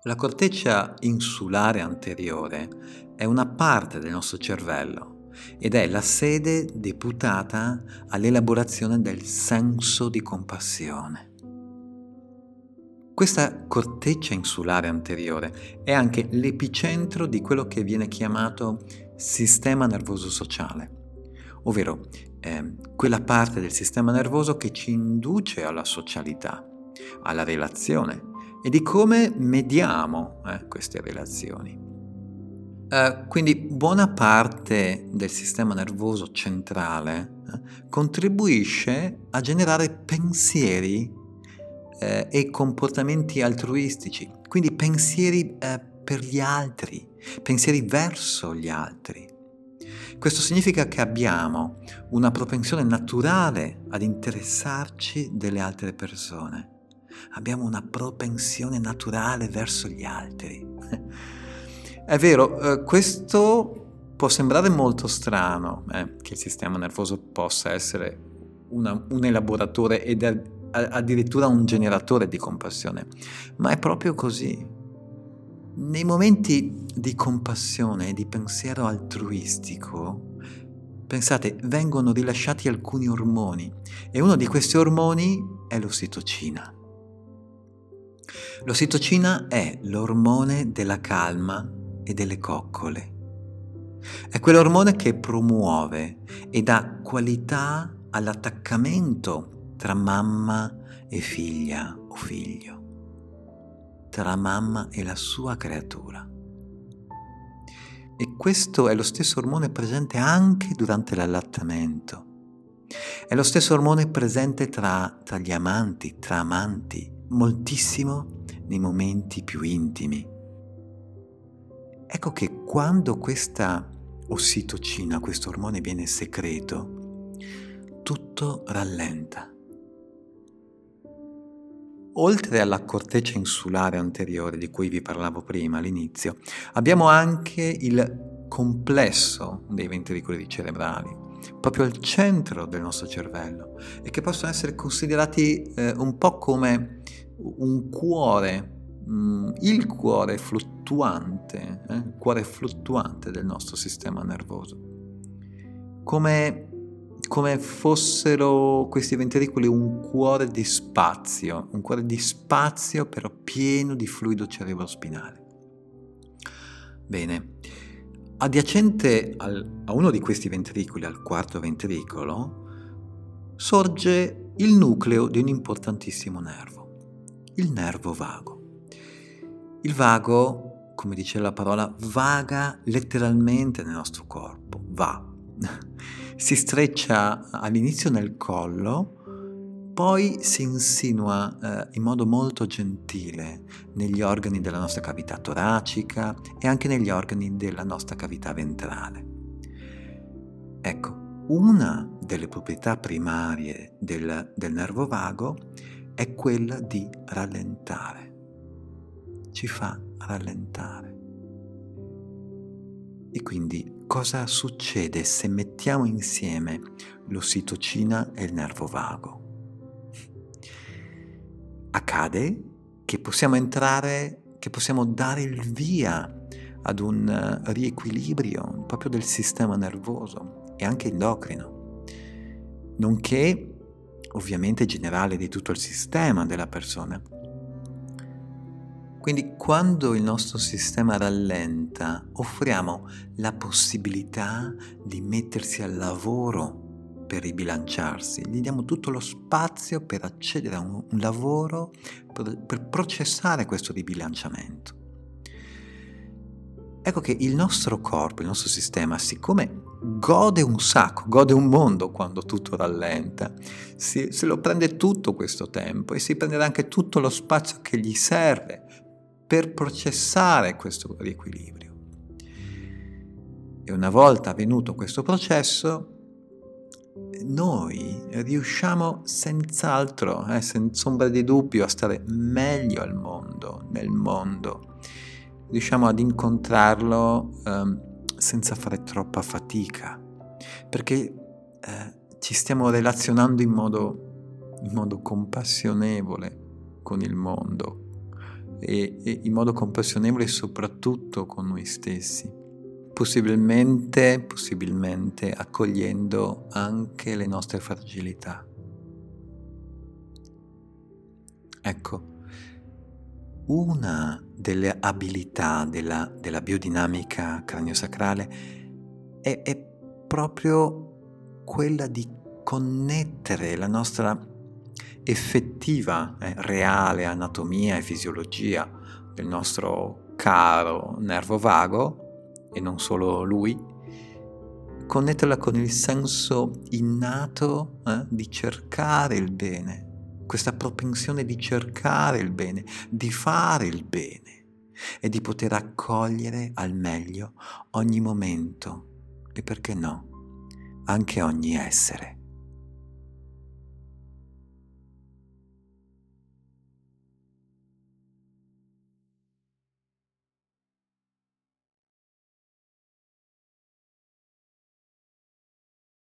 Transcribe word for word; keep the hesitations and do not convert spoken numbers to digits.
La corteccia insulare anteriore è una parte del nostro cervello ed è la sede deputata all'elaborazione del senso di compassione. Questa corteccia insulare anteriore è anche l'epicentro di quello che viene chiamato sistema nervoso sociale, ovvero eh, quella parte del sistema nervoso che ci induce alla socialità, alla relazione e di come mediamo eh, queste relazioni. Uh, quindi buona parte del sistema nervoso centrale eh, contribuisce a generare pensieri eh, e comportamenti altruistici, quindi pensieri eh, per gli altri, pensieri verso gli altri. Questo significa che abbiamo una propensione naturale ad interessarci delle altre persone. Abbiamo una propensione naturale verso gli altri. È vero, eh, questo può sembrare molto strano, eh, che il sistema nervoso possa essere una, un elaboratore ed a, a, addirittura un generatore di compassione, ma è proprio così. Nei momenti di compassione e di pensiero altruistico, pensate, vengono rilasciati alcuni ormoni e uno di questi ormoni è l'ossitocina. L'ossitocina è l'ormone della calma e delle coccole. È quell'ormone che promuove e dà qualità all'attaccamento tra mamma e figlia o figlio, tra mamma e la sua creatura. E questo è lo stesso ormone presente anche durante l'allattamento. È lo stesso ormone presente tra, tra gli amanti, tra amanti, moltissimo nei momenti più intimi. Ecco che quando questa ossitocina, questo ormone viene secreto, tutto rallenta. Oltre alla corteccia insulare anteriore di cui vi parlavo prima all'inizio, abbiamo anche il complesso dei ventricoli cerebrali, proprio al centro del nostro cervello, e che possono essere considerati eh, un po' come un cuore, mh, il cuore fluttuante, eh, il cuore fluttuante del nostro sistema nervoso. Come come fossero questi ventricoli un cuore di spazio, un cuore di spazio però pieno di fluido cerebrospinale. Bene, adiacente al, a uno di questi ventricoli, al quarto ventricolo, sorge il nucleo di un importantissimo nervo, il nervo vago. Il vago, come dice la parola, vaga letteralmente nel nostro corpo, va. Si streccia all'inizio nel collo, poi si insinua eh, in modo molto gentile negli organi della nostra cavità toracica e anche negli organi della nostra cavità ventrale. Ecco, una delle proprietà primarie del, del nervo vago è quella di rallentare. Ci fa rallentare. E quindi cosa succede se mettiamo insieme l'ossitocina e il nervo vago? Accade che possiamo entrare, che possiamo dare il via ad un riequilibrio proprio del sistema nervoso e anche endocrino, nonché ovviamente generale di tutto il sistema della persona. Quindi quando il nostro sistema rallenta, offriamo la possibilità di mettersi al lavoro per ribilanciarsi, gli diamo tutto lo spazio per accedere a un, un lavoro, per, per processare questo ribilanciamento. Ecco che il nostro corpo, il nostro sistema, siccome gode un sacco, gode un mondo quando tutto rallenta, si, se lo prende tutto questo tempo e si prenderà anche tutto lo spazio che gli serve per processare questo riequilibrio. E una volta avvenuto questo processo, noi riusciamo senz'altro, eh, senza ombra di dubbio, a stare meglio al mondo, nel mondo. Riusciamo ad incontrarlo eh, senza fare troppa fatica, perché eh, ci stiamo relazionando in modo, in modo compassionevole con il mondo. e, e in modo compassionevole soprattutto con noi stessi, possibilmente, possibilmente accogliendo anche le nostre fragilità. Ecco, una delle abilità della, della biodinamica craniosacrale è, è proprio quella di connettere la nostra effettiva, eh, reale anatomia e fisiologia del nostro caro nervo vago, e non solo lui, connetterla con il senso innato eh, di cercare il bene, questa propensione di cercare il bene, di fare il bene e di poter accogliere al meglio ogni momento e, perché no, anche ogni essere.